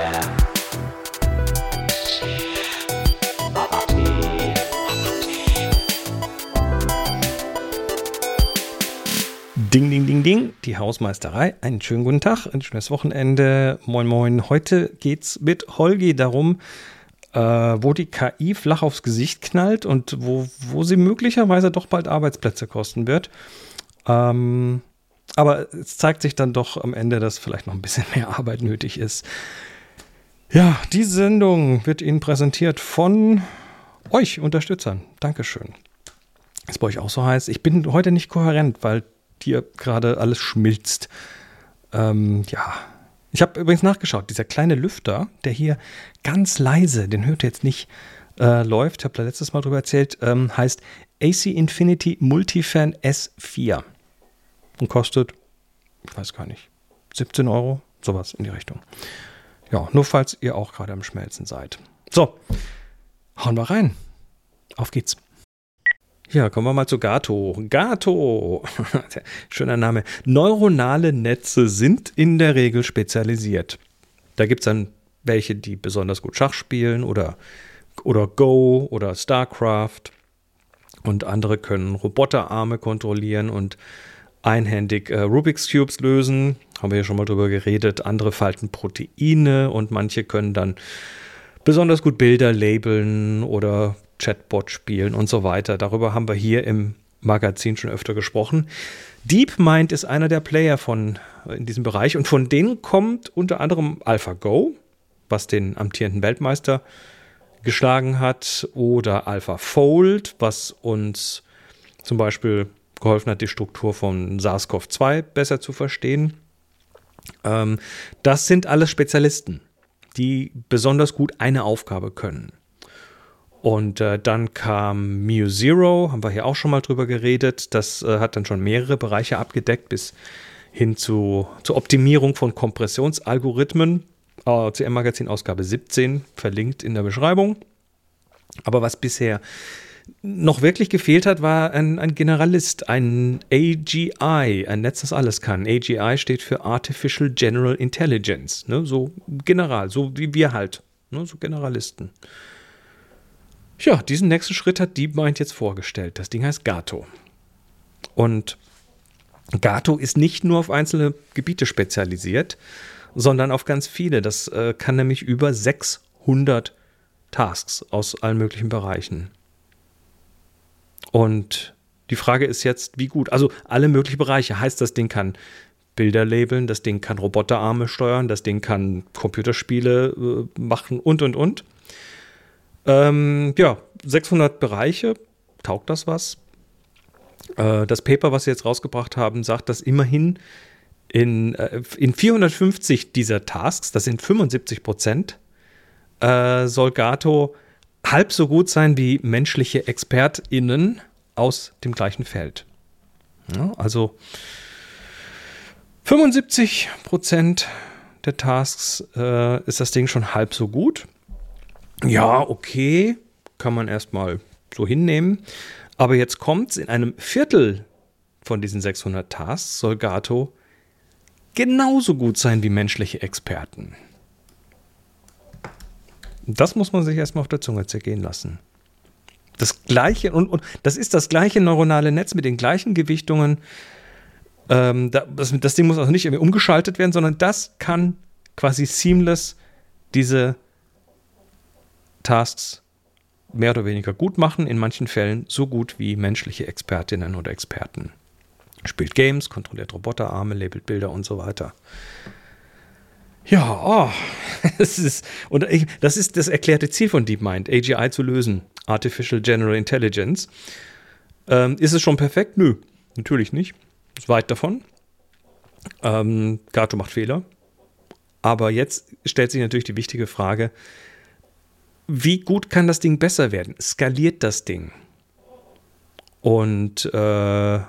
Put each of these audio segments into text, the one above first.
Ding, ding, ding, ding, die Hausmeisterei. Einen schönen guten Tag, ein schönes Wochenende. Moin, moin. Heute geht's mit Holgi darum, wo die KI flach aufs Gesicht knallt und wo sie möglicherweise doch bald Arbeitsplätze kosten wird. Aber es zeigt sich dann doch am Ende, dass vielleicht noch ein bisschen mehr Arbeit nötig ist. Ja, die Sendung wird Ihnen präsentiert von euch Unterstützern. Dankeschön. Ist bei euch auch so heiß? Ich bin heute nicht kohärent, weil hier gerade alles schmilzt. Ja. Ich habe übrigens nachgeschaut. Dieser kleine Lüfter, der hier ganz leise, den hört ihr jetzt nicht, läuft, ich habe da letztes Mal drüber erzählt, heißt AC Infinity Multifan S4 und kostet, ich weiß gar nicht, 17 Euro, sowas in die Richtung. Ja, nur falls ihr auch gerade am Schmelzen seid. So, hauen wir rein. Auf geht's. Ja, kommen wir mal zu Gato. Gato, schöner Name. Neuronale Netze sind in der Regel spezialisiert. Da gibt es dann welche, die besonders gut Schach spielen oder Go oder StarCraft. Und andere können Roboterarme kontrollieren und einhändig Rubik's Cubes lösen. Haben wir ja schon mal drüber geredet. Andere falten Proteine und manche können dann besonders gut Bilder labeln oder Chatbot spielen und so weiter. Darüber haben wir hier im Magazin schon öfter gesprochen. DeepMind ist einer der Player in diesem Bereich und von denen kommt unter anderem AlphaGo, was den amtierenden Weltmeister geschlagen hat, oder AlphaFold, was uns zum Beispiel geholfen hat, die Struktur von SARS-CoV-2 besser zu verstehen. Das sind alles Spezialisten, die besonders gut eine Aufgabe können. Und dann kam MuZero, haben wir hier auch schon mal drüber geredet. Das hat dann schon mehrere Bereiche abgedeckt, bis hin zur Optimierung von Kompressionsalgorithmen. CM-Magazin Ausgabe 17, verlinkt in der Beschreibung. Aber was bisher noch wirklich gefehlt hat, war ein Generalist, ein AGI, ein Netz, das alles kann. AGI steht für Artificial General Intelligence, ne? So general, so wie wir halt, ne? So Generalisten. Ja, diesen nächsten Schritt hat DeepMind jetzt vorgestellt. Das Ding heißt Gato. Und Gato ist nicht nur auf einzelne Gebiete spezialisiert, sondern auf ganz viele. Das kann nämlich über 600 Tasks aus allen möglichen Bereichen. Und die Frage ist jetzt, wie gut? Also alle möglichen Bereiche. Heißt, das Ding kann Bilder labeln, das Ding kann Roboterarme steuern, das Ding kann Computerspiele machen und. Ja, 600 Bereiche, taugt das was? Das Paper, was sie jetzt rausgebracht haben, sagt, dass immerhin in 450 dieser Tasks, das sind 75%, soll Gato halb so gut sein wie menschliche ExpertInnen aus dem gleichen Feld. Ja, also 75% der Tasks ist das Ding schon halb so gut. Ja, okay, kann man erstmal so hinnehmen. Aber jetzt kommt's, in einem Viertel von diesen 600 Tasks soll Gato genauso gut sein wie menschliche Experten. Das muss man sich erstmal auf der Zunge zergehen lassen. Das gleiche, und das ist das gleiche neuronale Netz mit den gleichen Gewichtungen. Das Ding muss also nicht irgendwie umgeschaltet werden, sondern das kann quasi seamless diese Tasks mehr oder weniger gut machen, in manchen Fällen so gut wie menschliche Expertinnen oder Experten. Spielt Games, kontrolliert Roboterarme, labelt Bilder und so weiter. Ja, das ist das erklärte Ziel von DeepMind, AGI zu lösen, Artificial General Intelligence. Ist es schon perfekt? Nö, natürlich nicht. Ist weit davon. Gato macht Fehler. Aber jetzt stellt sich natürlich die wichtige Frage, wie gut kann das Ding besser werden? Skaliert das Ding? Und da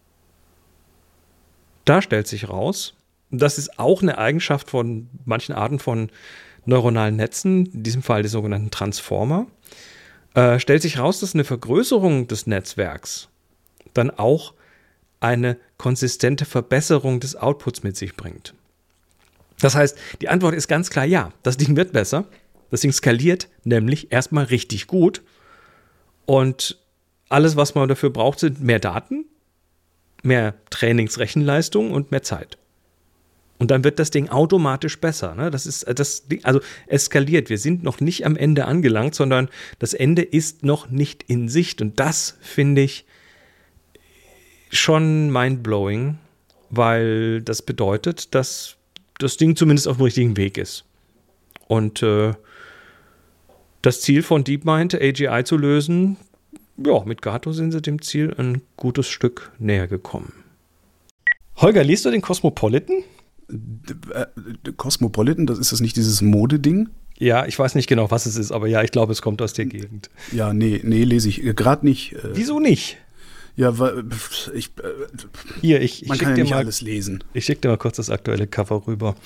stellt sich raus, das ist auch eine Eigenschaft von manchen Arten von neuronalen Netzen, in diesem Fall die sogenannten Transformer, stellt sich raus, dass eine Vergrößerung des Netzwerks dann auch eine konsistente Verbesserung des Outputs mit sich bringt. Das heißt, die Antwort ist ganz klar ja. Das Ding wird besser. Das Ding skaliert nämlich erstmal richtig gut. Und alles, was man dafür braucht, sind mehr Daten, mehr Trainingsrechenleistung und mehr Zeit. Und dann wird das Ding automatisch besser. Ne? Also es skaliert. Wir sind noch nicht am Ende angelangt, sondern das Ende ist noch nicht in Sicht. Und das finde ich schon mindblowing, weil das bedeutet, dass das Ding zumindest auf dem richtigen Weg ist. Und das Ziel von DeepMind, AGI zu lösen, ja, mit Gato sind sie dem Ziel ein gutes Stück näher gekommen. Holger, liest du den Cosmopolitan? Cosmopolitan, das ist das nicht dieses Modeding? Ja, ich weiß nicht genau, was es ist, aber ja, ich glaube, es kommt aus der Gegend. Ja, nee, lese ich gerade nicht. Wieso nicht? Ja, weil ich man kann ja nicht alles lesen. Ich schicke dir mal kurz das aktuelle Cover rüber.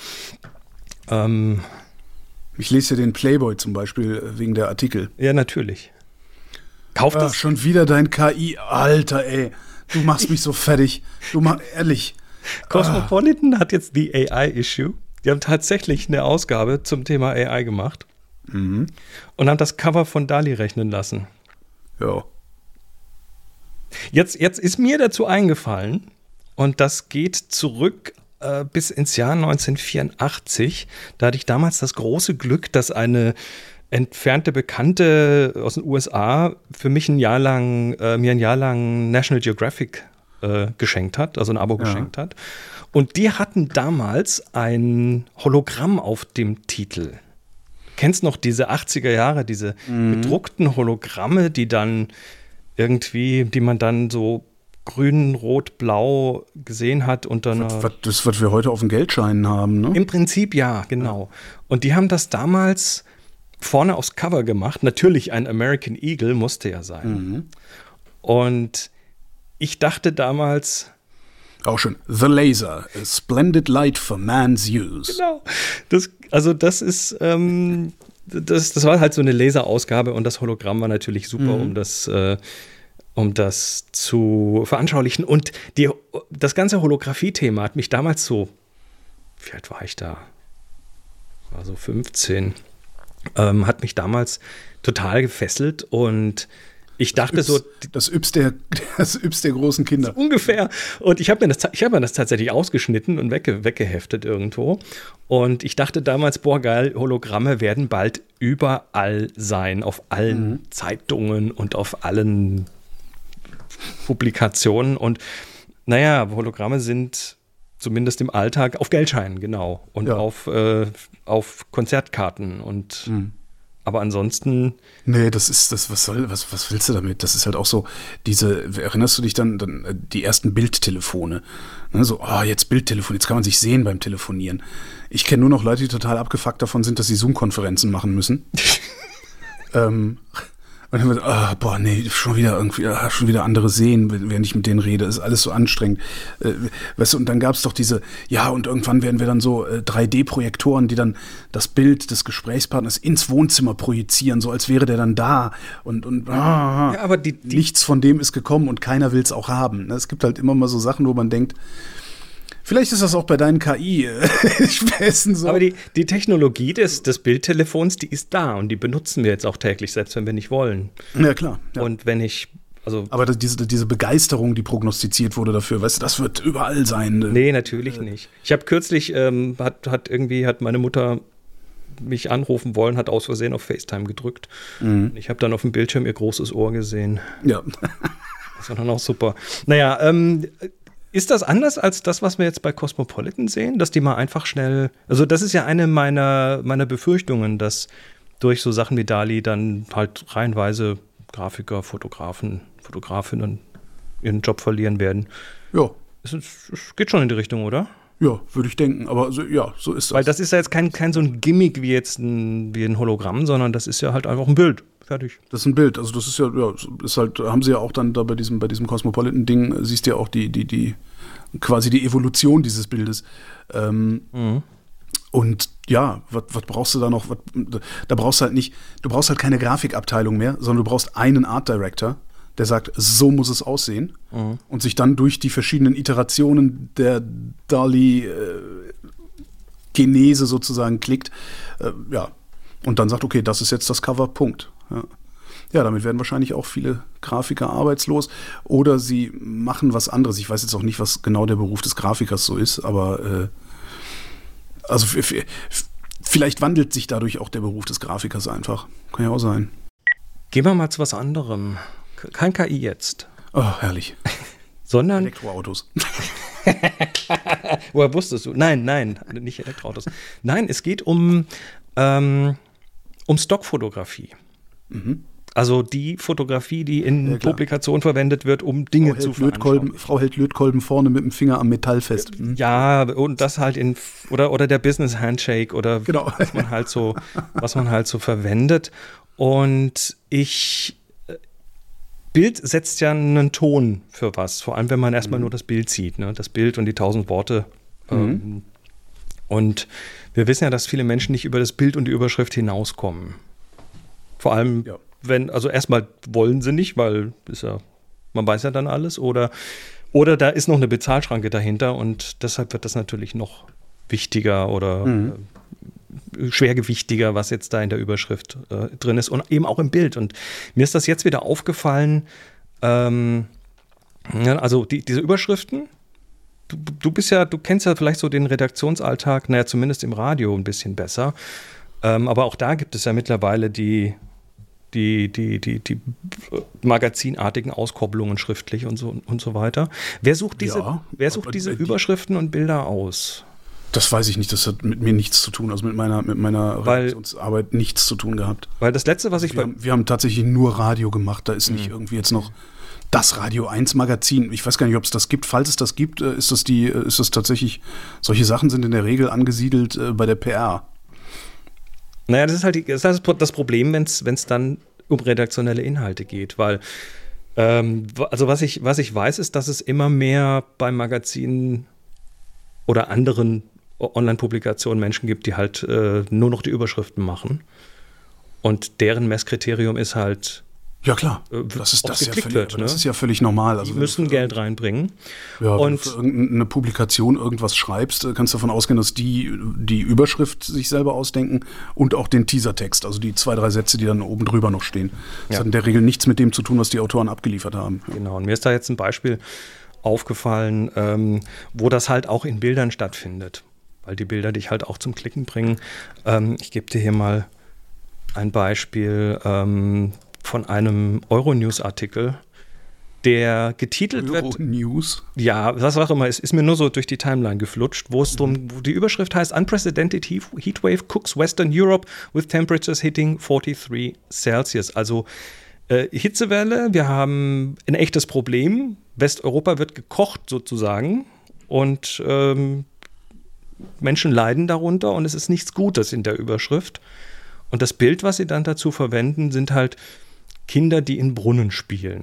Ich lese ja den Playboy zum Beispiel wegen der Artikel. Ja, natürlich. Kauft das. Schon wieder dein KI, Alter, ey. Du machst mich so fertig. Ehrlich. Cosmopolitan hat jetzt die AI-Issue. Die haben tatsächlich eine Ausgabe zum Thema AI gemacht. Und haben das Cover von DALL-E rechnen lassen. Ja. Jetzt ist mir dazu eingefallen, und das geht zurück bis ins Jahr 1984. Da hatte ich damals das große Glück, dass eine entfernte Bekannte aus den USA für mich mir ein Jahr lang National Geographic geschenkt hat, also ein Abo geschenkt hat. Und die hatten damals ein Hologramm auf dem Titel. Kennst noch diese 80er Jahre, diese gedruckten Hologramme, die man dann so grün, rot, blau gesehen hat unter das, was wir heute auf den Geldscheinen haben, ne? Im Prinzip ja, genau. Und die haben das damals vorne aufs Cover gemacht. Natürlich ein American Eagle musste ja sein. Und ich dachte damals, auch schon, The Laser, a splendid light for man's use. Genau. Das war halt so eine Laserausgabe und das Hologramm war natürlich super, um das zu veranschaulichen. Und das ganze Holographie-Thema hat mich damals so, wie alt war ich da? War so 15. Hat mich damals total gefesselt und ich dachte das Yps der großen Kinder. Ungefähr. Und ich habe mir das tatsächlich ausgeschnitten und weggeheftet irgendwo. Und ich dachte damals, boah, geil, Hologramme werden bald überall sein, auf allen Zeitungen und auf allen Publikationen. Und naja, Hologramme sind zumindest im Alltag auf Geldscheinen, genau. Und auf Konzertkarten und aber ansonsten. Nee, das ist das, was willst du damit? Das ist halt auch so, erinnerst du dich dann die ersten Bildtelefone? Ne, so, jetzt Bildtelefon, jetzt kann man sich sehen beim Telefonieren. Ich kenne nur noch Leute, die total abgefuckt davon sind, dass sie Zoom-Konferenzen machen müssen. Und dann wird, schon wieder andere sehen, während ich mit denen rede. Ist alles so anstrengend. Weißt du, und dann gab es doch und irgendwann werden wir dann so 3D-Projektoren, die dann das Bild des Gesprächspartners ins Wohnzimmer projizieren, so als wäre der dann da. Ja, aber nichts von dem ist gekommen und keiner will es auch haben. Es gibt halt immer mal so Sachen, wo man denkt, vielleicht ist das auch bei deinen KI-Späßen so. Aber die Technologie des Bildtelefons, die ist da und die benutzen wir jetzt auch täglich, selbst wenn wir nicht wollen. Ja, klar. Ja. Und wenn ich, aber diese Begeisterung, die prognostiziert wurde dafür, weißt du, das wird überall sein. Nee, natürlich nicht. Ich habe kürzlich, hat meine Mutter mich anrufen wollen, hat aus Versehen auf FaceTime gedrückt. Ich habe dann auf dem Bildschirm ihr großes Ohr gesehen. Ja. Das war dann auch super. Naja, ist das anders als das, was wir jetzt bei Cosmopolitan sehen, dass die mal einfach schnell, also das ist ja eine meiner Befürchtungen, dass durch so Sachen wie DALL-E dann halt reihenweise Grafiker, Fotografinnen ihren Job verlieren werden. Ja. Es geht schon in die Richtung, oder? Ja, würde ich denken, aber so ist das. Weil das ist ja jetzt kein so ein Gimmick wie ein Hologramm, sondern das ist ja halt einfach ein Bild. Fertig. Das ist ein Bild, also das ist ist halt, haben sie ja auch dann da bei diesem Cosmopolitan-Ding, siehst du ja auch quasi die Evolution dieses Bildes. Und ja, was brauchst du da noch? Da brauchst du brauchst halt keine Grafikabteilung mehr, sondern du brauchst einen Art Director, der sagt, so muss es aussehen und sich dann durch die verschiedenen Iterationen der DALL-E Genese sozusagen klickt, und dann sagt, okay, das ist jetzt das Cover, Punkt. Ja, damit werden wahrscheinlich auch viele Grafiker arbeitslos oder sie machen was anderes. Ich weiß jetzt auch nicht, was genau der Beruf des Grafikers so ist, aber also vielleicht wandelt sich dadurch auch der Beruf des Grafikers einfach. Kann ja auch sein. Gehen wir mal zu was anderem. Kein KI jetzt. Oh, herrlich. Sondern Elektroautos. Woher wusstest du? Nein, nicht Elektroautos. Nein, es geht um Stockfotografie. Mhm. Also die Fotografie, die in Publikationen verwendet wird, um Dinge zu veranschaulichen. Frau hält Lötkolben vorne mit dem Finger am Metall fest. Ja, und das halt oder der Business Handshake oder genau. was man halt so verwendet. Und Bild setzt ja einen Ton für was, vor allem wenn man erstmal nur das Bild sieht, ne? Das Bild und die 1000 Worte. Und wir wissen ja, dass viele Menschen nicht über das Bild und die Überschrift hinauskommen. Vor allem, also erstmal wollen sie nicht, weil man weiß ja dann alles, oder da ist noch eine Bezahlschranke dahinter und deshalb wird das natürlich noch wichtiger oder schwergewichtiger, was jetzt da in der Überschrift drin ist und eben auch im Bild. Und mir ist das jetzt wieder aufgefallen, also diese Überschriften, du kennst ja vielleicht so den Redaktionsalltag, naja, zumindest im Radio ein bisschen besser, aber auch da gibt es ja mittlerweile die magazinartigen Auskopplungen schriftlich und so weiter. Wer sucht diese Überschriften und Bilder aus? Das weiß ich nicht, das hat mit mir nichts zu tun, also mit meiner Redaktionsarbeit nichts zu tun gehabt. Weil das Letzte, was wir haben tatsächlich nur Radio gemacht, da ist nicht irgendwie jetzt noch das Radio 1 Magazin. Ich weiß gar nicht, ob es das gibt. Falls es das gibt, ist das tatsächlich, solche Sachen sind in der Regel angesiedelt bei der PR. Naja, das ist halt das Problem, wenn es dann um redaktionelle Inhalte geht, weil also was ich weiß, ist, dass es immer mehr bei Magazinen oder anderen Online-Publikationen Menschen gibt, die halt nur noch die Überschriften machen. Und deren Messkriterium ist halt, ja klar, das ist ja völlig normal. Also die müssen Geld reinbringen. Ja, wenn du für irgendeine Publikation irgendwas schreibst, kannst du davon ausgehen, dass die Überschrift sich selber ausdenken und auch den Teasertext, also die 2, 3 Sätze, die dann oben drüber noch stehen. Das hat in der Regel nichts mit dem zu tun, was die Autoren abgeliefert haben. Genau, und mir ist da jetzt ein Beispiel aufgefallen, wo das halt auch in Bildern stattfindet, weil die Bilder dich halt auch zum Klicken bringen. Ich gebe dir hier mal ein Beispiel von einem Euronews-Artikel, der getitelt wird. Euronews? Ja, was auch immer, es ist mir nur so durch die Timeline geflutscht, wo die Überschrift heißt Unprecedented Heatwave cooks Western Europe with temperatures hitting 43 Celsius. Also Hitzewelle, wir haben ein echtes Problem. Westeuropa wird gekocht sozusagen und Menschen leiden darunter und es ist nichts Gutes in der Überschrift. Und das Bild, was sie dann dazu verwenden, sind halt Kinder, die in Brunnen spielen.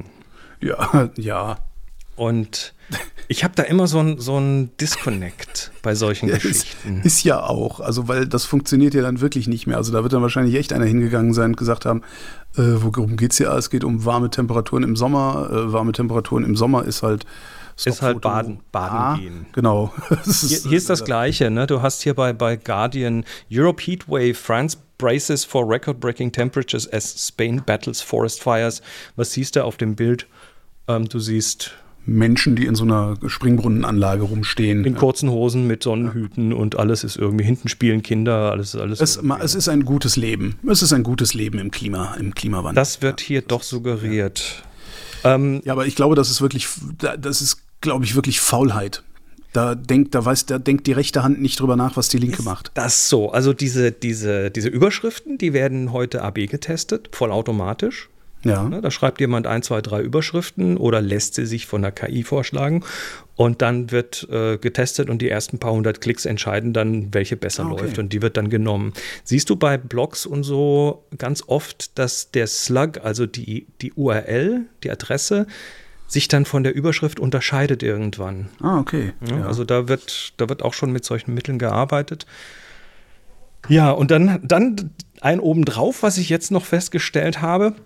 Ja. Und ich habe da immer so ein Disconnect bei solchen Geschichten. Ist ja auch, also weil das funktioniert ja dann wirklich nicht mehr. Also da wird dann wahrscheinlich echt einer hingegangen sein und gesagt haben, worum geht's hier? Es geht um warme Temperaturen im Sommer. Warme Temperaturen im Sommer ist halt Baden gehen. Genau. Hier ist das Gleiche, ne? Du hast hier bei Guardian Europe Heatwave, France braces for record-breaking temperatures as Spain battles forest fires. Was siehst du auf dem Bild? Du siehst Menschen, die in so einer Springbrunnenanlage rumstehen. In kurzen Hosen mit Sonnenhüten und alles ist irgendwie, hinten spielen Kinder, alles. Es ist ein gutes Leben. Es ist ein gutes Leben im Klimawandel. Das wird hier doch suggeriert. Ja, aber ich glaube, das ist, glaube ich, wirklich Faulheit. Da denkt die rechte Hand nicht drüber nach, was die linke macht. Das so. Also diese Überschriften, die werden heute AB getestet, vollautomatisch. Ja. Da schreibt jemand 1, 2, 3 Überschriften oder lässt sie sich von der KI vorschlagen und dann wird getestet und die ersten paar 100 Klicks entscheiden dann, welche besser läuft und die wird dann genommen. Siehst du bei Blogs und so ganz oft, dass der Slug, also die URL, die Adresse, sich dann von der Überschrift unterscheidet irgendwann. Okay. Ja. Also da wird auch schon mit solchen Mitteln gearbeitet. Ja, und dann ein obendrauf, was ich jetzt noch festgestellt habe,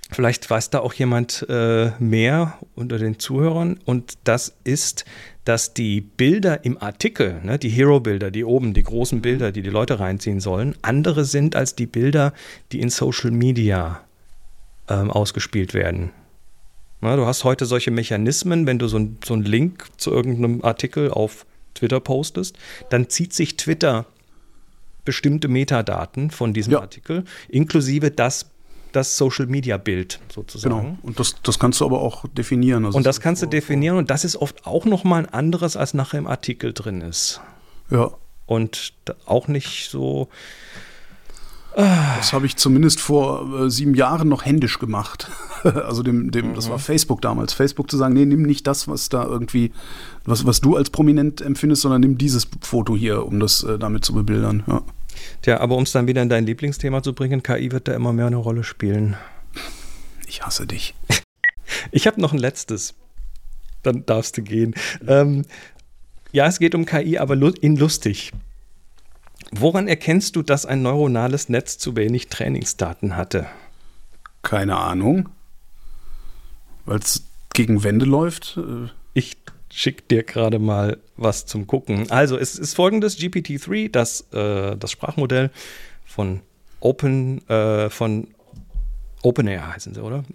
Vielleicht weiß da auch jemand mehr unter den Zuhörern. Und das ist, dass die Bilder im Artikel, ne, die Hero-Bilder, die großen Bilder, die Leute reinziehen sollen, andere sind als die Bilder, die in Social Media ausgespielt werden. Na, du hast heute solche Mechanismen, wenn du so einen Link zu irgendeinem Artikel auf Twitter postest, dann zieht sich Twitter bestimmte Metadaten von diesem Artikel, inklusive das Social-Media-Bild sozusagen. Genau, und das kannst du aber auch definieren. Also und das kannst du definieren und das ist oft auch nochmal ein anderes, als nachher im Artikel drin ist. Ja. Und auch nicht so... Das habe ich zumindest vor 7 Jahren noch händisch gemacht. Also das war Facebook damals. Facebook zu sagen, nee, nimm nicht das, was da irgendwie, was du als prominent empfindest, sondern nimm dieses Foto hier, um das damit zu bebildern. Ja. Tja, aber um es dann wieder in dein Lieblingsthema zu bringen, KI wird da immer mehr eine Rolle spielen. Ich hasse dich. Ich habe noch ein letztes. Dann darfst du gehen. Ja, es geht um KI, aber in lustig. Woran erkennst du, dass ein neuronales Netz zu wenig Trainingsdaten hatte? Keine Ahnung. Weil es gegen Wände läuft? Ich schicke dir gerade mal was zum Gucken. Also es ist folgendes: GPT-3, das Sprachmodell von OpenAI heißen sie, oder?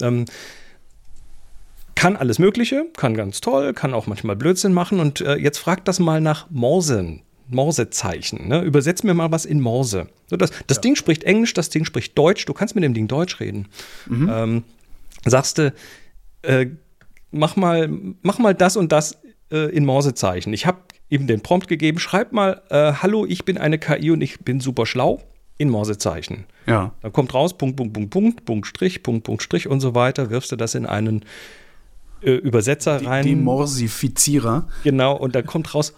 Kann alles Mögliche, kann ganz toll, kann auch manchmal Blödsinn machen. Und jetzt fragt das mal nach Morsezeichen. Ne? Übersetz mir mal was in Morse. So, das Ding spricht Englisch, das Ding spricht Deutsch. Du kannst mit dem Ding Deutsch reden. Sagst du, mach mal das und das in Morsezeichen. Ich habe ihm den Prompt gegeben, schreib mal, hallo, ich bin eine KI und ich bin super schlau, in Morsezeichen. Ja. Dann kommt raus, Punkt, Punkt, Punkt, Punkt, Punkt, Strich, Punkt, Punkt, Strich und so weiter. Wirfst du das in einen Übersetzer rein. Demorsifizierer. Genau, und dann kommt raus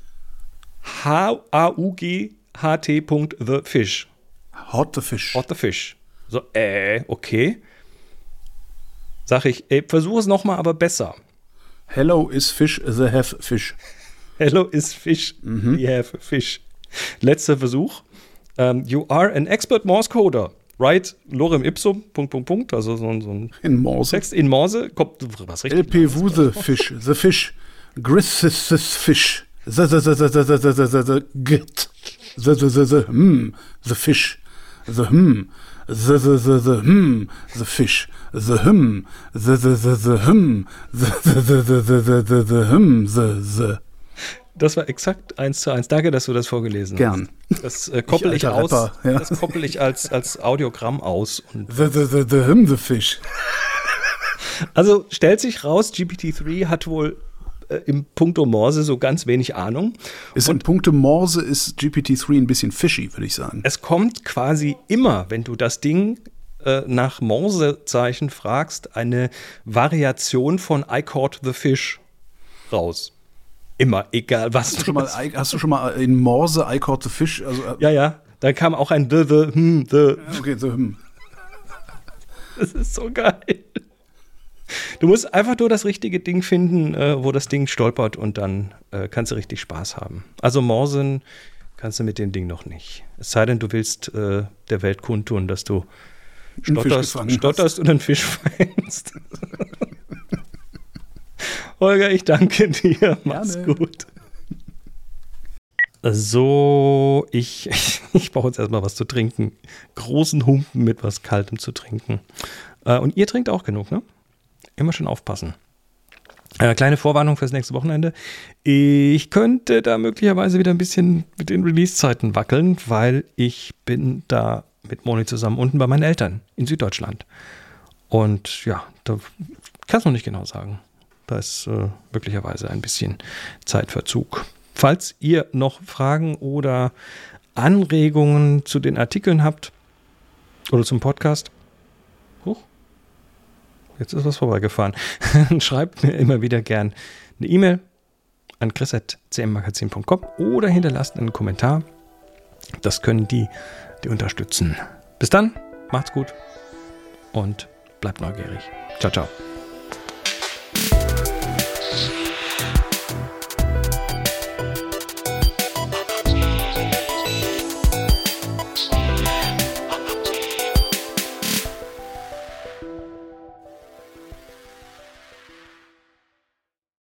HAUGHT.the Fish. Hot the Fish. Hot the Fish. So, okay. Sag ich, versuch es nochmal, aber besser. Hello is fish, the have fish. Hello is fish, the have fish. Letzter Versuch. You are an expert Morse coder. Write lorem ipsum, Punkt, Punkt, Punkt. Also so ein in Morse. Text in Morse. Kommt was richtig. LP the fish, the fish. Grissis fish. The fish. The fish. The. Das war exakt 1:1. Danke, dass du das vorgelesen hast. Gern. Das koppel ich aus. Rapper, ja. Das koppel ich als Audiogramm aus. Und The fish. Also stellt sich raus, GPT-3 hat wohl im Punkto Morse so ganz wenig Ahnung. In Punkto Morse ist GPT-3 ein bisschen fishy, würde ich sagen. Es kommt quasi immer, wenn du das Ding nach Morsezeichen fragst, eine Variation von I caught the fish raus. Immer, egal was. Hast du schon mal in Morse I caught the fish? Also, ja. Da kam auch ein the. Okay, the. Das ist so geil. Du musst einfach nur das richtige Ding finden, wo das Ding stolpert und dann kannst du richtig Spaß haben. Also Morsen kannst du mit dem Ding noch nicht. Es sei denn, du willst der Welt kundtun, dass du stotterst und einen Fisch fängst. Holger, ich danke dir. Mach's gut. So, ich brauche jetzt erstmal was zu trinken. Großen Humpen mit was Kaltem zu trinken. Und ihr trinkt auch genug, ne? Immer schön aufpassen. Kleine Vorwarnung fürs nächste Wochenende. Ich könnte da möglicherweise wieder ein bisschen mit den Release-Zeiten wackeln, weil ich bin da mit Moni zusammen unten bei meinen Eltern in Süddeutschland. Und ja, da kann es noch nicht genau sagen. Da ist möglicherweise ein bisschen Zeitverzug. Falls ihr noch Fragen oder Anregungen zu den Artikeln habt oder zum Podcast, jetzt ist was vorbeigefahren, schreibt mir immer wieder gern eine E-Mail an chris@cmmagazin.com oder hinterlasst einen Kommentar. Das können die unterstützen. Bis dann, macht's gut und bleibt neugierig. Ciao, ciao.